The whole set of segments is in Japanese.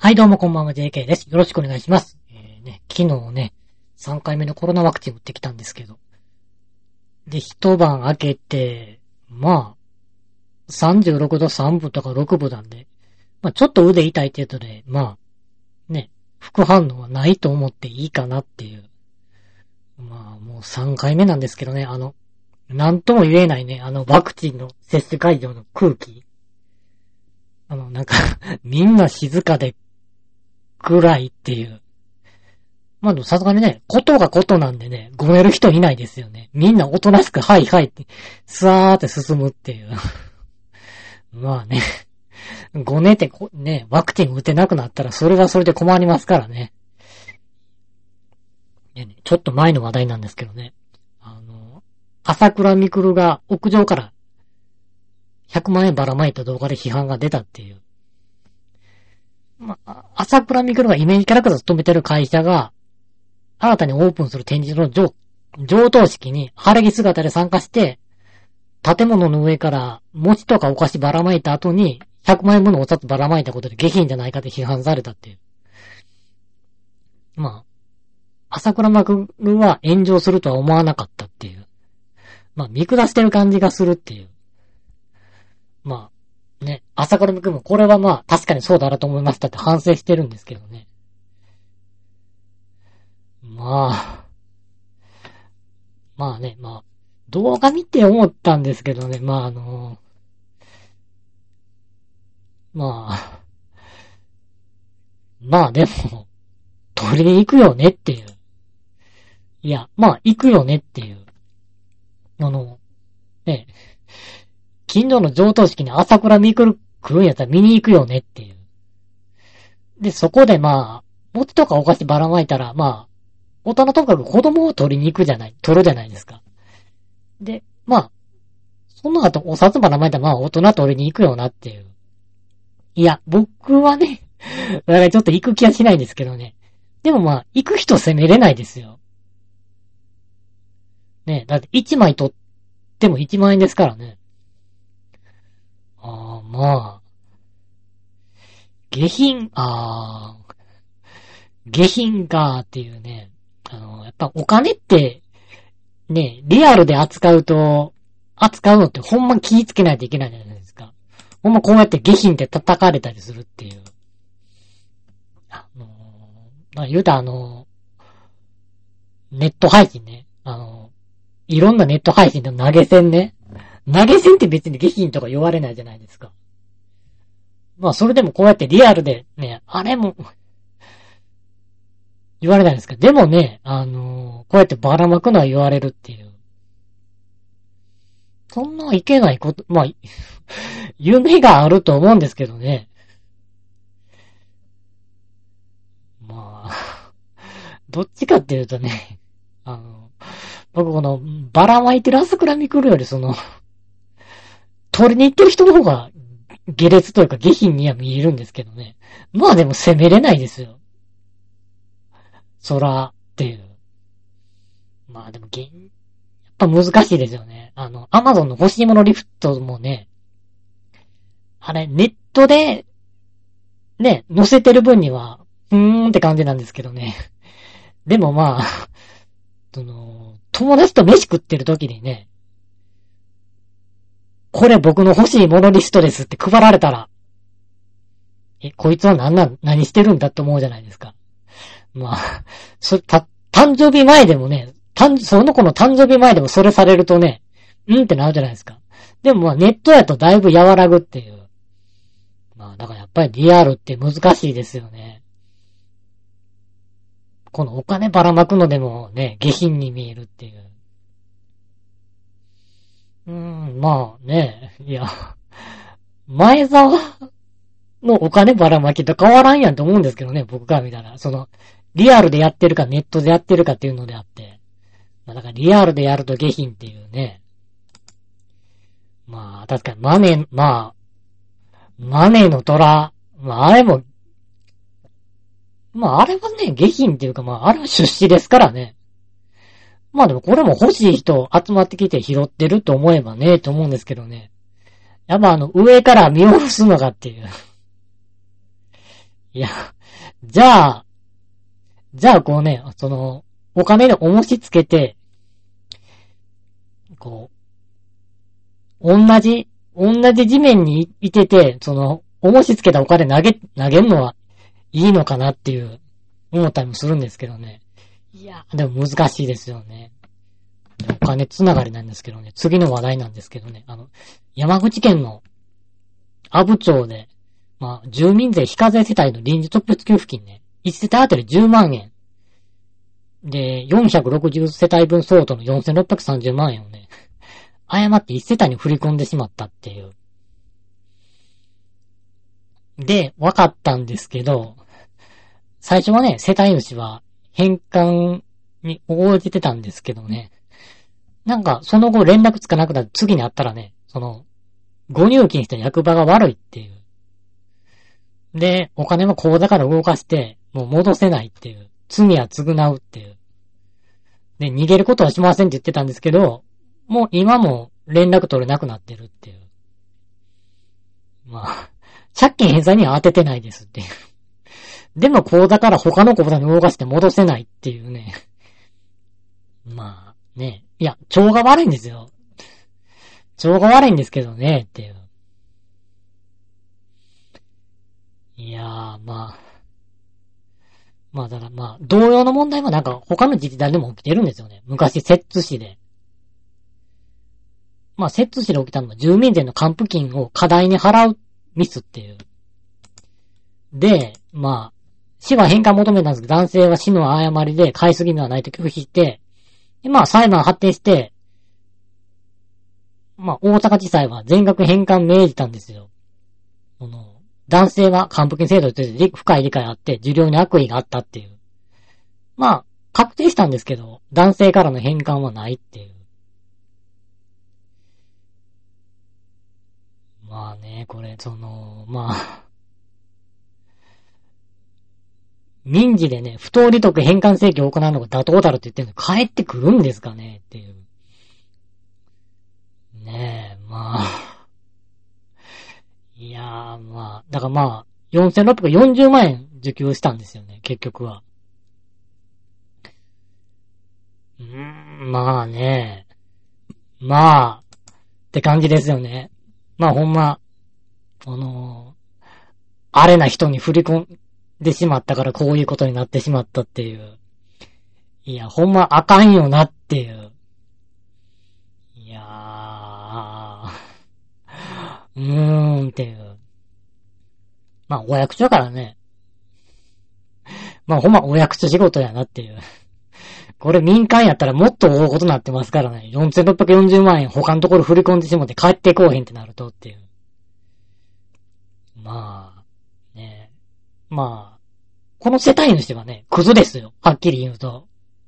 はい、どうもこんばんは、JK です。よろしくお願いします。昨日ね、3回目のコロナワクチン打ってきたんですけど。で、一晩明けて、36度3分とか6分なんで、ちょっと腕痛いって言うとね、副反応はないと思っていいかなっていう。もう3回目なんですけどね、なんとも言えないね、ワクチンの接種会場の空気。みんな静かで、ぐらいっていう。でもさすがにね、ことがことなんでね、ごねる人いないですよね。みんなおとなしく、はいはいって、スワーって進むっていう。ごねてね、ワクチン打てなくなったら、それはそれで困りますからね。ちょっと前の話題なんですけどね。朝倉未来が屋上から100万円ばらまいた動画で批判が出たっていう。朝倉未来がイメージキャラクターを務めてる会社が、新たにオープンする展示の上等式に晴れ着姿で参加して、建物の上から餅とかお菓子ばらまいた後に、100万円分のお札ばらまいたことで下品じゃないかって批判されたっていう。朝倉未来は炎上するとは思わなかったっていう。見下してる感じがするっていう。朝倉未来もこれは確かにそうだなと思いましたって反省してるんですけどね。動画見て思ったんですけどね、でも、取りに行くよねっていう。いや、行くよねっていう。近所の上等式に朝倉未来来るんやったら見に行くよねっていう。で、そこで餅とかお菓子ばらまいたら、大人とかく子供を取りに行く取るじゃないですか。で、その後お札ばらまいたら大人取りに行くよなっていう。いや、僕はね、だからちょっと行く気はしないんですけどね。でも行く人責めれないですよ。ね、だって1枚取っても1万円ですからね。下品かっていうね。やっぱお金って、ね、リアルで扱うのってほんま気ぃつけないといけないじゃないですか。ほんまこうやって下品って叩かれたりするっていう。言うたネット配信ね。いろんなネット配信の投げ銭ね。投げ銭って別に下品とか言われないじゃないですか。それでもこうやってリアルでね、あれも、言われないですか。でもね、こうやってばらまくのは言われるっていう。そんないけないこと、夢があると思うんですけどね。どっちかっていうとね、僕この、ばらまいてる朝倉未来より取りに行ってる人の方が、下劣というか下品には見えるんですけどね。でも責めれないですよ。っていう。でもやっぱ難しいですよね。アマゾンの欲しいものリフトもね、あれ、ネットで、ね、載せてる分には、って感じなんですけどね。でも友達と飯食ってる時にね、これ僕の欲しいものリストですって配られたら、こいつは何してるんだって思うじゃないですか。誕生日前でもね、その子の誕生日前でもそれされるとね、ってなるじゃないですか。でもネットやとだいぶ和らぐっていう。だからやっぱりリアルって難しいですよね。このお金ばらまくのでもね、下品に見えるっていう。いや、前澤のお金ばらまきと変わらんやんと思うんですけどね、僕から見たら。リアルでやってるかネットでやってるかっていうのであって。だからリアルでやると下品っていうね。確かにマネーの虎。あれも、あれはね、下品っていうかあれは出資ですからね。でもこれも欲しい人集まってきて拾ってると思えばね、と思うんですけどね。やっぱ上から見下ろすのかっていう。 いや、じゃあこうね、お金で重しつけて、こう、同じ地面にいてて、重しつけたお金投げるのはいいのかなっていう、思ったりもするんですけどね。いや、でも難しいですよね。お金つながりなんですけどね。次の話題なんですけどね。山口県の阿武町で、まあ、住民税非課税世帯の臨時特別給付金ね。1世帯あたり10万円。で、460世帯分相当の4630万円をね、誤って1世帯に振り込んでしまったっていう。で、分かったんですけど、最初はね、世帯主は返還に応じてたんですけどね。なんか、その後連絡つかなくなって次に会ったらね、ご入金した役場が悪いっていう。で、お金も口座から動かして、もう戻せないっていう。罪は償うっていう。で、逃げることはしませんって言ってたんですけど、もう今も連絡取れなくなってるっていう。まあ、借金返済には当ててないですっていう。でも口座から他の口座に動かして戻せないっていうね。まあ、ね。いや、帳が悪いんですよ。帳が悪いんですけどね、っていう。いやー、まあ、だからまあ、同様の問題もなんか他の自治体でも起きてるんですよね。昔、摂津市で。まあ、摂津市で起きたのは住民税の還付金を過大に払うミスっていう。で、まあ、市は返還求めたんですけど、男性は市の誤りで返す義務はないと拒否して、で、まあ、裁判発展して、まあ、大阪地裁は全額返還命じたんですよ。男性は還付金制度について深い理解があって、受領に悪意があったっていう。まあ、確定したんですけど、男性からの返還はないっていう。まあね、これ、まあ、民事でね、不当利得返還請求を行うのが妥当だろって言ってるのに帰ってくるんですかねっていう。ねえ、まあ。いやー、まあ、だからまあ、4640万円受給したんですよね、結局は。まあね。まあ、って感じですよね。まあほんま、あれな人に振り込んでしまったからこういうことになってしまったっていう。いや、ほんまあかんよなっていう。いやっていう。まあお役所からね。まあほんまお役所仕事やなっていう。これ民間やったらもっと大ことになってますからね。4640万円他のところ振り込んでしまって帰ってこうへんってなるとっていう。まあ、ね。まあ、この世帯主はね、クズですよ。はっきり言うと。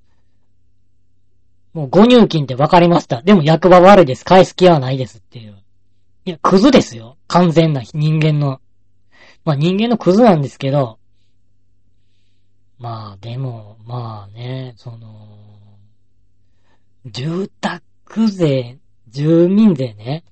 もう誤入金って分かりました。でも役場悪いです。返す気はないですっていう。いや、クズですよ。完全な人間の。まあ人間のクズなんですけど、まあでも、まあね、住宅税、住民税ね。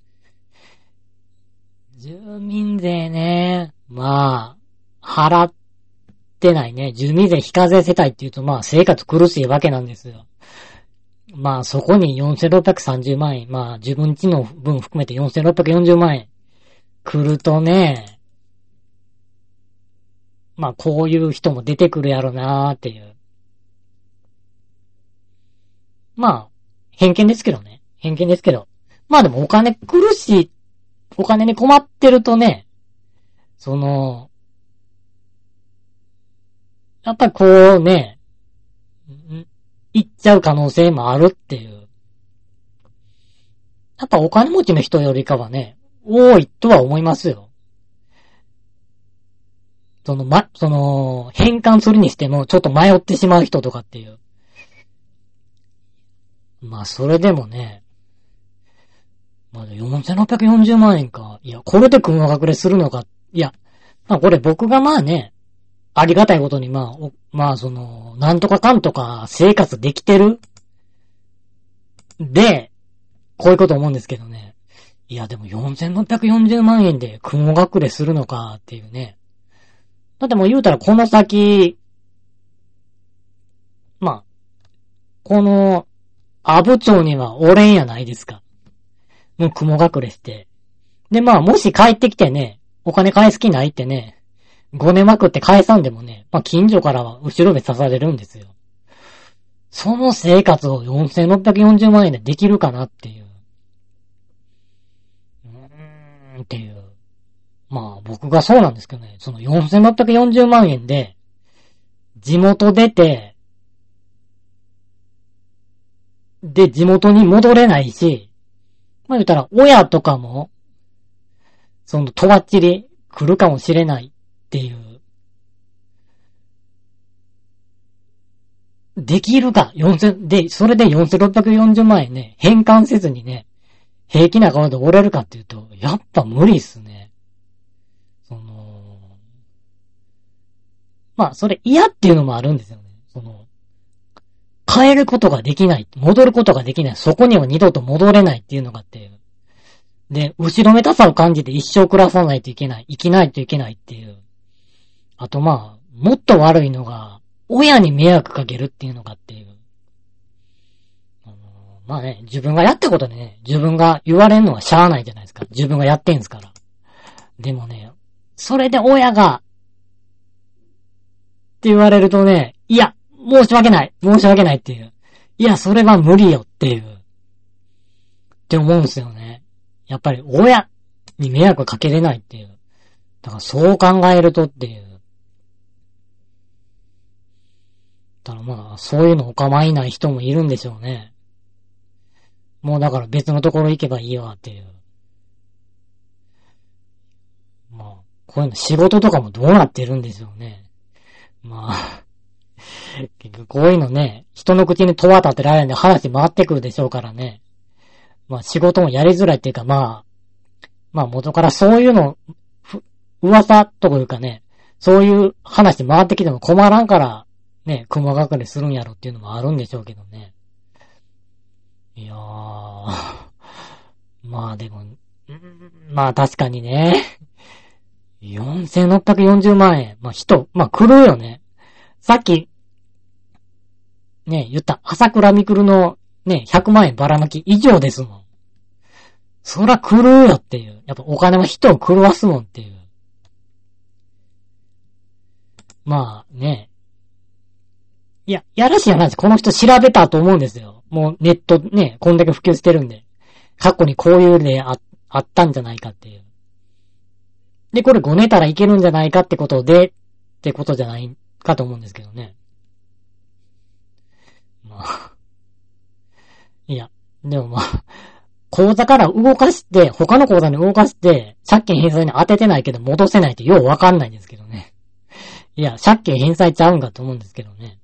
住民税ね。まあ、払ってないね。住民税非課税世帯って言うとまあ生活苦しいわけなんですよ。まあそこに4630万円、まあ自分家の分含めて4640万円来るとね、まあこういう人も出てくるやろなーっていう。まあ、偏見ですけどね。偏見ですけど。まあでもお金苦しい、お金に困ってるとね、やっぱりこうね、行っちゃう可能性もあるっていう。やっぱお金持ちの人よりかはね、多いとは思いますよ。返還するにしても、ちょっと迷ってしまう人とかっていう。まあ、それでもね、まだ4640万円か。いや、これで雲隠れするのか。いや、まあこれ僕がまあね、ありがたいことになんとかかんとか生活できてるで、こういうこと思うんですけどね。いや、でも4640万円で雲隠れするのかっていうね。 だってもう言うたらこの先、まあ、この、阿武町にはおれんやないですか。もう雲隠れして。で、まあ、もし帰ってきてね、お金返す気ないってね、ごねまくって返さんでもね、まあ、近所からは後ろ目刺されるんですよ。その生活を4640万円でできるかなっていう。っていう。まあ、僕がそうなんですけどね、その4640万円で、地元出て、で、地元に戻れないし、まあ言ったら、親とかも、その、とばっちり来るかもしれないっていう。できるか ?4000、で、それで4640万円ね、返還せずにね、平気な顔で折れるかっていうと、やっぱ無理っすね。まあ、それ嫌っていうのもあるんですよね。変えることができない。戻ることができない。そこには二度と戻れないっていうのがあって。で、後ろめたさを感じて一生暮らさないといけない。生きないといけないっていう。あとまあ、もっと悪いのが、親に迷惑かけるっていうのがっていう。まあね、自分がやったことでね、自分が言われんのはしゃあないじゃないですか。自分がやってんすから。でもね、それで親が、って言われるとね、いや、申し訳ないっていう。いや、それは無理よっていう。って思うんですよね。やっぱり親に迷惑かけれないっていう。だからそう考えるとっていう。だからまあ、そういうのお構いない人もいるんでしょうね。もうだから別のところ行けばいいわっていう。まあ、こういうの仕事とかもどうなってるんでしょうね。まあ、結局こういうのね、人の口に戸は立てられないんで話回ってくるでしょうからね。まあ仕事もやりづらいっていうかまあ元からそういうの、噂というかね、そういう話回ってきても困らんからね、雲隠れするんやろっていうのもあるんでしょうけどね。いやー、まあでも、まあ確かにね、4640万円。まあ来るよね。さっき、ね、言った、朝倉未来のね、100万円ばらまき以上ですもん。そら来るよっていう。やっぱお金は人を狂わすもんっていう。まあね。いや、やらしい話、この人調べたと思うんですよ。もうネットね、こんだけ普及してるんで。過去にこういう例あったんじゃないかっていう。で、これごねたらいけるんじゃないかってことで、ってことじゃないかと思うんですけどね。まあ。いや、でもまあ、口座から動かして、他の口座に動かして、借金返済に当ててないけど戻せないってようわかんないんですけどね。いや、借金返済ちゃうんかと思うんですけどね。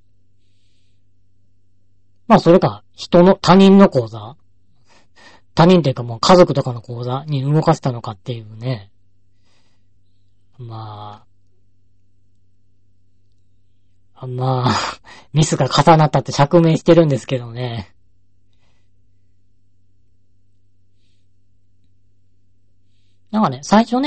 まあそれか、他人の口座他人っていうかもう家族とかの口座に動かしたのかっていうね。まあ、ミスが重なったって釈明してるんですけどね。なんかね、最初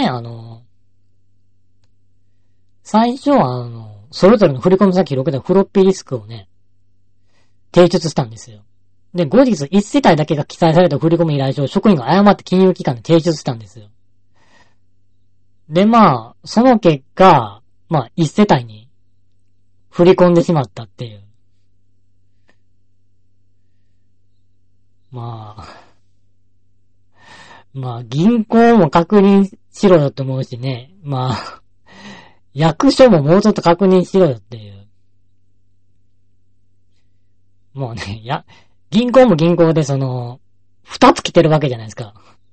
はそれぞれの振込先記録でフロッピーディスクをね、提出したんですよ。で、後日1世帯だけが記載された振込依頼書を職員が誤って金融機関に提出したんですよ。で、まあ、その結果、まあ、1世帯に振り込んでしまったっていう。まあ、銀行も確認しろよって思うしね。まあ、役所ももうちょっと確認しろよっていう。もうね、銀行も銀行で二つ来てるわけじゃないですか。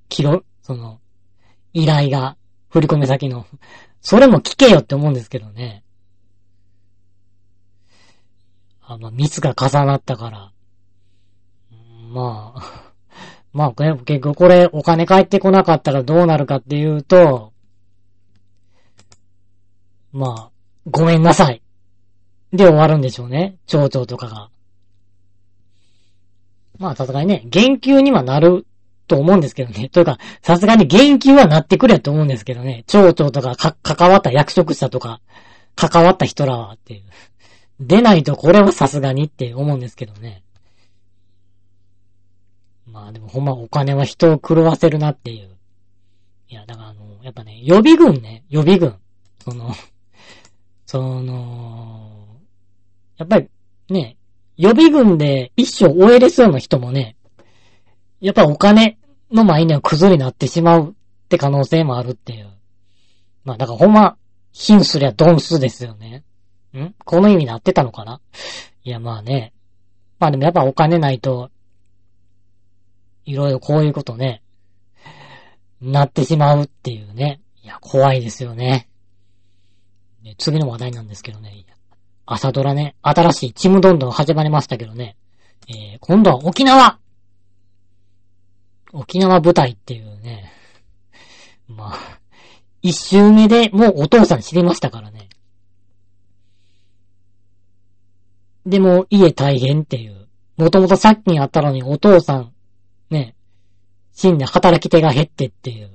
依頼が、振り込み先の。それも聞けよって思うんですけどね。ミスが重なったから。まあ、結局これお金返ってこなかったらどうなるかっていうと、まあ、ごめんなさい。で終わるんでしょうね。町長とかが。まあさすがにね、言及にはなると思うんですけどね。というか、さすがに言及はなってくれと思うんですけどね。町長とか関わった役職者とか、 関わった人らはっていう。出ないとこれはさすがにって思うんですけどね。まあでもほんまお金は人を狂わせるなっていう。いや、だからやっぱね、予備軍。やっぱりね、予備軍で一生終えれそうな人もね、やっぱお金の前にはクズになってしまうって可能性もあるっていう。まあだからほんま、貧すりゃドンスですよね。この意味になってたのかないやまあね。まあでもやっぱお金ないと、いろいろこういうことね、なってしまうっていうね。いや、怖いですよね。で次の話題なんですけどね。朝ドラね、新しいちむどんどん始まりましたけどね。今度は沖縄舞台っていうね。まあ、一周目でもうお父さん知りましたからね。でも家大変っていう。もともと借金あったのにお父さん、ね、死んで働き手が減ってっていう。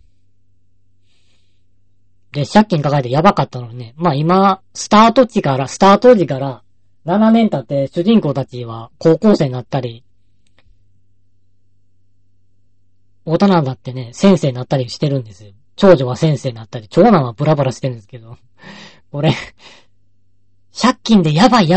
で、借金抱えてやばかったのにね。まあ今、スタート時から7年経って主人公たちは高校生になったり、大人だってね、先生になったりしてるんですよ。長女は先生になったり、長男はブラブラしてるんですけど。これ、借金でやばい。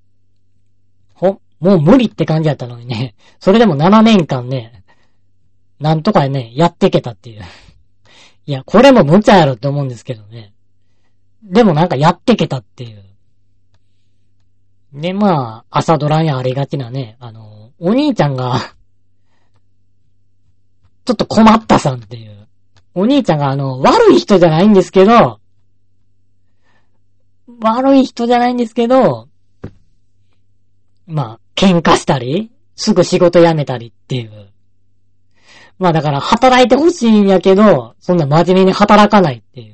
もう無理って感じだったのにね。それでも7年間ね、なんとかね、やっていけたっていう。いや、これも無茶やろって思うんですけどね。でもなんかやっていけたっていう。で、まあ、朝ドラにありがちなね、お兄ちゃんが、ちょっと困ったさんっていう。お兄ちゃんが悪い人じゃないんですけど、まあ、喧嘩したり、すぐ仕事辞めたりっていう。まあだから働いてほしいんやけど、そんな真面目に働かないっていう。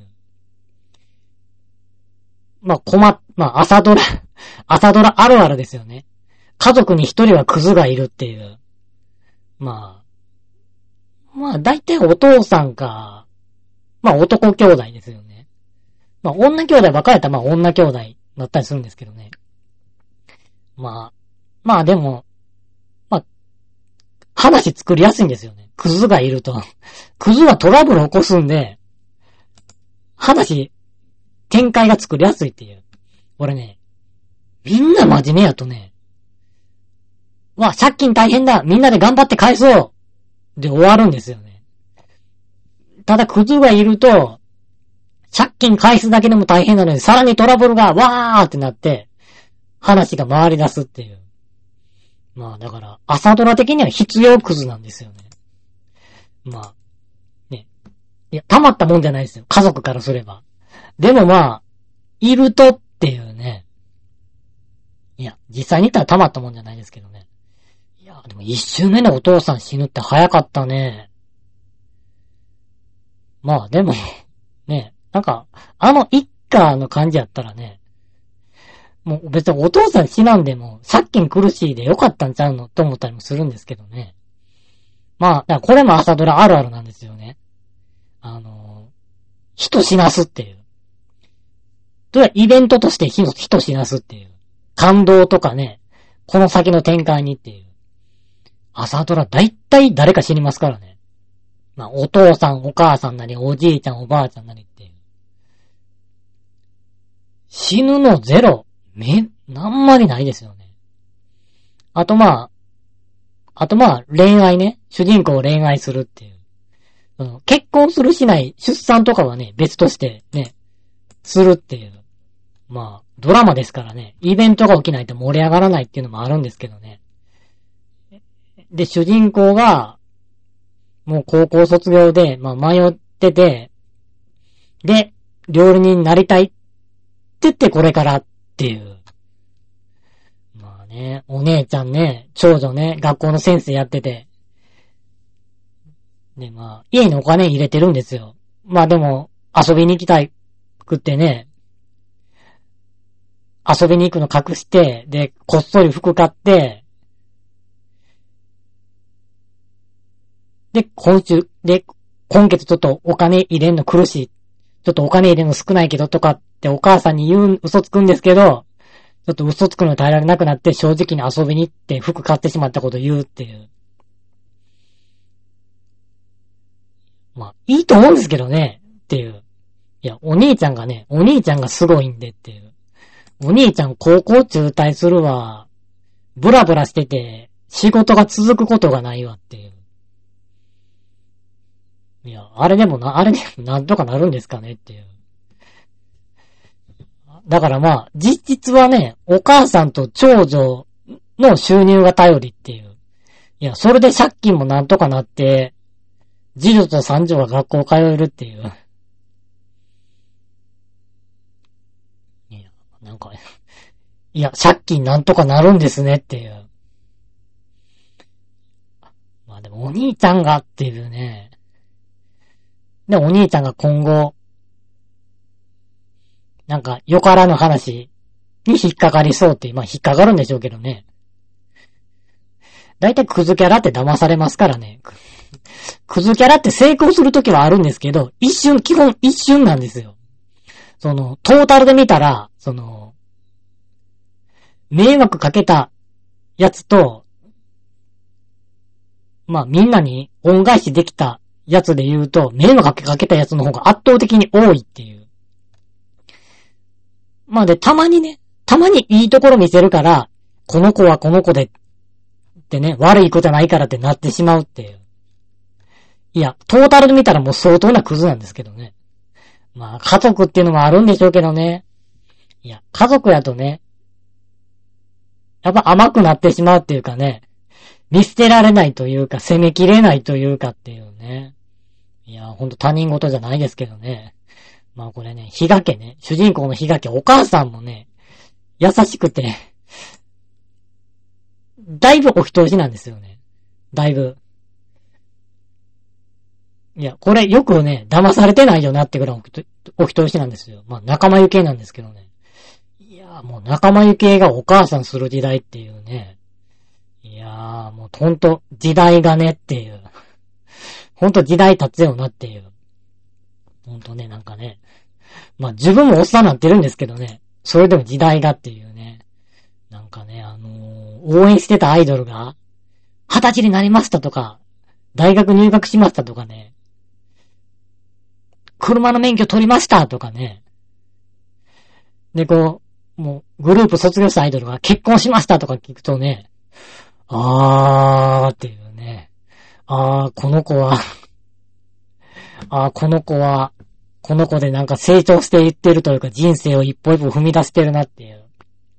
まあ朝ドラあるあるですよね。家族に一人はクズがいるっていう。まあ大体お父さんか、まあ男兄弟ですよね。まあ女兄弟ばっかりやったらまあ女兄弟だったりするんですけどね。まあでも、まあ、話作りやすいんですよね。クズがいると。クズはトラブル起こすんで、展開が作りやすいっていう。俺ね、みんな真面目やとね、借金大変だみんなで頑張って返そうで終わるんですよね。ただクズがいると、借金返すだけでも大変なのに、さらにトラブルがわーってなって、話が回り出すっていう。まあだから、朝ドラ的には必要クズなんですよね。まあ、ね。いや、たまったもんじゃないですよ。家族からすれば。でもまあ、いるとっていうね。いや、実際に言ったらたまったもんじゃないですけどね。いや、でも一周目のお父さん死ぬって早かったね。まあでも、ね、なんか、一家の感じやったらね、もう別にお父さん死なんでも、借金苦しいでよかったんちゃうのと思ったりもするんですけどね。まあ、だからこれも朝ドラあるあるなんですよね。人死なすっていう。とはイベントとして人死なすっていう。感動とかね、この先の展開にっていう。朝ドラ大体誰か死にますからね。まあ、お父さん、お母さんなり、おじいちゃん、おばあちゃんなりっていう。死ぬのゼロ。あんまりないですよね。あとまあ、恋愛ね。主人公を恋愛するっていう。結婚するしない、出産とかはね、別としてね、するっていう。まあ、ドラマですからね、イベントが起きないと盛り上がらないっていうのもあるんですけどね。で、主人公が、もう高校卒業で、まあ迷ってて、で、料理人になりたいって言ってこれからっていう。まあね、お姉ちゃんね、長女ね、学校の先生やってて。で、まあ、家にお金入れてるんですよ。まあでも、遊びに行きたいくってね、遊びに行くの隠して、で、こっそり服買って、で、今月ちょっとお金入れんの苦しいちょっとお金入れの少ないけどとかってお母さんに嘘つくんですけど、ちょっと嘘つくのに耐えられなくなって正直に遊びに行って服買ってしまったことを言うっていう。まあ、いいと思うんですけどね、っていう。いや、お兄ちゃんがすごいんでっていう。お兄ちゃん高校中退するわ。ブラブラしてて、仕事が続くことがないわっていう。いや、あれでもなんとかなるんですかねっていう。だからまあ、実質はね、お母さんと長女の収入が頼りっていう。いや、それで借金もなんとかなって、次女と三女が学校通えるっていう。いや、なんか、いや、借金なんとかなるんですねっていう。まあでもお兄ちゃんがっていうね。で、お兄ちゃんが今後、なんか、よからぬ話に引っかかりそうっていう、まあ引っかかるんでしょうけどね。だいたいクズキャラって騙されますからね。クズキャラって成功するときはあるんですけど、基本一瞬なんですよ。トータルで見たら、迷惑かけたやつと、まあみんなに恩返しできたやつで言うと、迷惑かけたやつの方が圧倒的に多いっていう。まあで、たまにいいところ見せるから、この子はこの子で、ってね、悪い子じゃないからってなってしまうっていう。いや、トータルで見たらもう相当なクズなんですけどね。まあ、家族っていうのもあるんでしょうけどね。いや、家族やとね、やっぱ甘くなってしまうっていうかね、見捨てられないというか、責めきれないというかっていうね。いや、ほんと他人事じゃないですけどね。まあこれね、主人公の比嘉家、お母さんもね、優しくて、だいぶお人よしなんですよね。だいぶ。いや、これよくね、騙されてないよなってぐらいお人よしなんですよ。まあ仲間由紀恵なんですけどね。いや、もう仲間由紀恵がお母さんする時代っていうね。いやー、もうほんと時代がねっていう。ほんと時代経つよなっていう。ほんとね、なんかね。まあ自分もおっさんなってるんですけどね。それでも時代がっていうね。なんかね、応援してたアイドルが、20歳になりましたとか、大学入学しましたとかね。車の免許取りましたとかね。で、もう、グループ卒業したアイドルが結婚しましたとか聞くとね、っていうね。この子はこの子でなんか成長していってるというか人生を一歩一歩踏み出してるなっていう。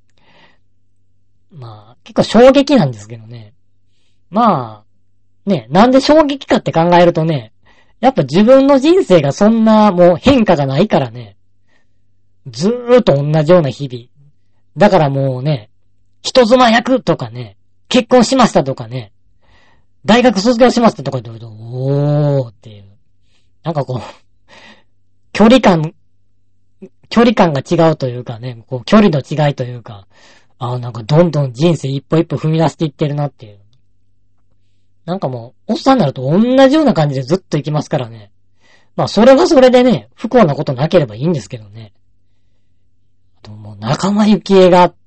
まあ、結構衝撃なんですけどね。まあ、ね、なんで衝撃かって考えるとね、やっぱ自分の人生がそんなもう変化がないからね。ずーっと同じような日々。だからもうね、人妻役とかね、結婚しましたとかね、大学卒業しましたとか言うと、おーっていう。なんかこう、距離感が違うというかね、こう距離の違いというか、なんかどんどん人生一歩一歩踏み出していってるなっていう。なんかもう、おっさんになると同じような感じでずっと行きますからね。まあそれはそれでね、不幸なことなければいいんですけどね。あともう仲間由紀恵が、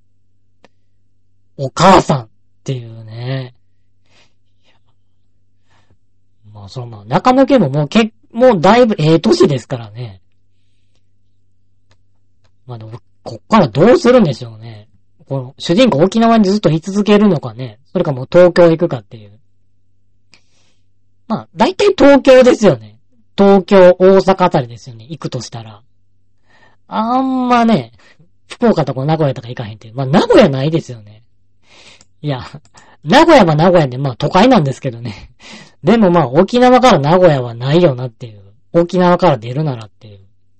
お母さんっていうね。まあ仲間由紀恵ももうだいぶ年ですからね。まあでも、こっからどうするんでしょうね。この、主人公沖縄にずっと居続けるのかね。それかもう東京行くかっていう。まあ、大体東京ですよね。東京、大阪あたりですよね。行くとしたら。あんまね、福岡とか名古屋とか行かへんっていう。まあ、名古屋ないですよね。いや、名古屋は名古屋で、まあ都会なんですけどね。でもまあ沖縄から名古屋はないよなっていう。沖縄から出るならっていう。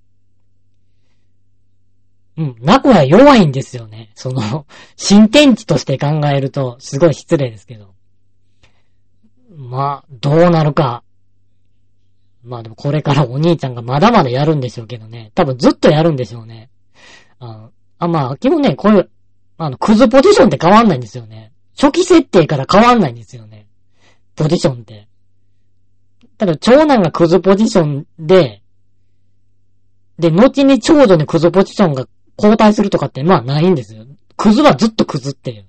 名古屋弱いんですよね。新天地として考えると、すごい失礼ですけど。まあ、どうなるか。まあでもこれからお兄ちゃんがまだまだやるんでしょうけどね。多分ずっとやるんでしょうね。まあ、基本ね、こういう、クズポジションって変わんないんですよね。初期設定から変わんないんですよね。ポジションって。ただ長男がクズポジションで、 で、後に長女にクズポジションが交代するとかってまあないんですよ。クズはずっとクズっていう。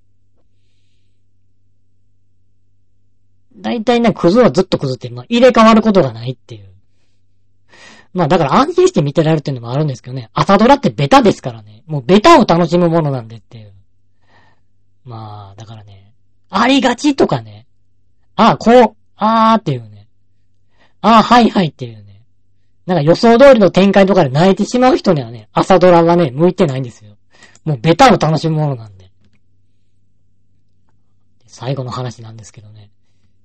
大体ね、クズはずっとクズって、まあ入れ替わることがないっていう。まあだから安心して見てられるっていうのもあるんですけどね。朝ドラってベタですからね。もうベタを楽しむものなんでっていう。まあ、だからね、ありがちとかね。ああ、こう、あーっていうね。ああ、はいはいっていうね。なんか予想通りの展開とかで泣いてしまう人にはね、朝ドラはね、向いてないんですよ。もうベタを楽しむものなんで。最後の話なんですけどね。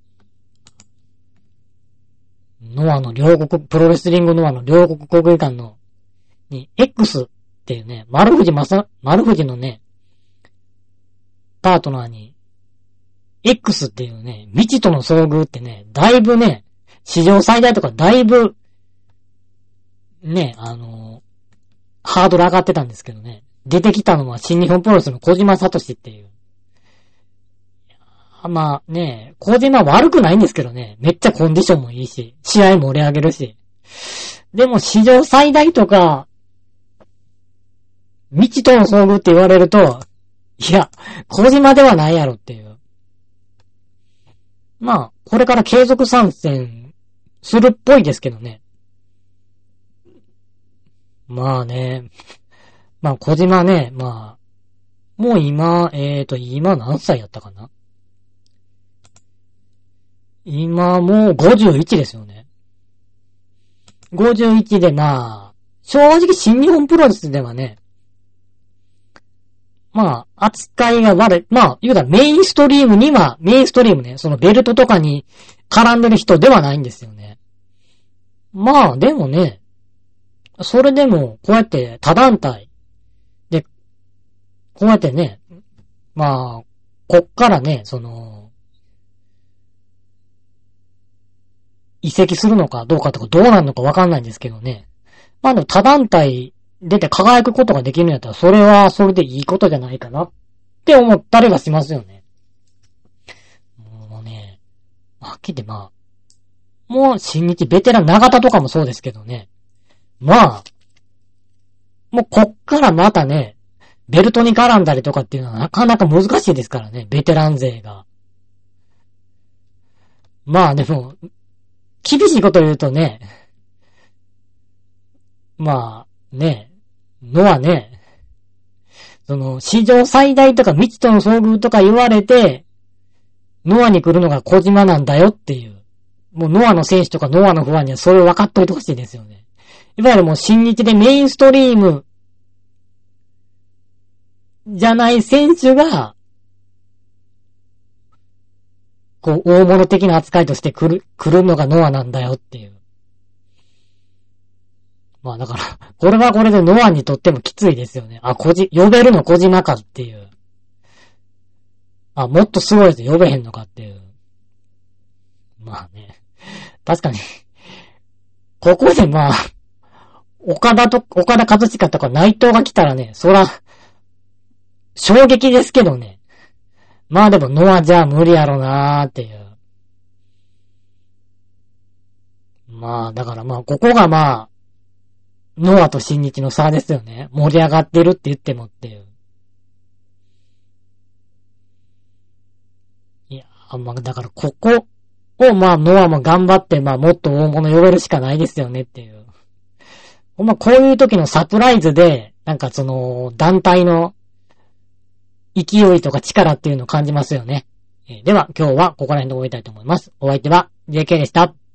ノアの両国、プロレスリングノアの両国国技館の、に、X っていうね、丸藤のね、パートナーに、X っていうね、未知との遭遇ってね、だいぶね、史上最大とかだいぶ、ね、ハードル上がってたんですけどね。出てきたのは新日本プロレスの小島聡っていう。まあね、小島悪くないんですけどね、めっちゃコンディションもいいし、試合盛り上げるし。でも史上最大とか、未知との遭遇って言われると、いや、小島ではないやろっていう。まあ、これから継続参戦するっぽいですけどね。まあね、まあ小島ね、まあ、もう今何歳やったかな？今もう51ですよね。51でまあ、正直新日本プロレスではね、まあ、扱いが悪い。まあ、言うたらメインストリームね、そのベルトとかに絡んでる人ではないんですよね。まあ、でもね、それでも、こうやって他団体で、こうやってね、まあ、こっからね、移籍するのかどうかとかどうなるのかわかんないんですけどね。まあでも他団体出て輝くことができるんやったら、それはそれでいいことじゃないかなって思ったりはしますよね。もうね、はっきり言ってまあ、もう新日ベテラン長田とかもそうですけどね。まあ、もうこっからまたね、ベルトに絡んだりとかっていうのはなかなか難しいですからね、ベテラン勢が。まあでも、厳しいこと言うとね、まあね、のはね、史上最大とか未知との遭遇とか言われて、ノアに来るのが小島なんだよっていう。もうノアの選手とかノアのファンにはそれを分かっといてほしいですよね。いわゆるもう新日でメインストリームじゃない選手が、こう、大物的な扱いとして来るのがノアなんだよっていう。まあだから、これはこれでノアにとってもきついですよね。あ、呼べるの小島かっていう。あ、もっとすごいですよ、呼べへんのかっていう。まあね。確かに。ここでまあ、岡田和親とか内藤が来たらね、そら、衝撃ですけどね。まあでもノアじゃ無理やろなーっていう。まあだからまあここがまあ、ノアと新日の差ですよね。盛り上がってるって言ってもっていう。いや、まあだからここをまあノアも頑張ってまあもっと大物呼べるしかないですよねっていう。まあこういう時のサプライズで、なんか団体の勢いとか力っていうのを感じますよね。では今日はここら辺で終えたいと思います。お相手は JK でした。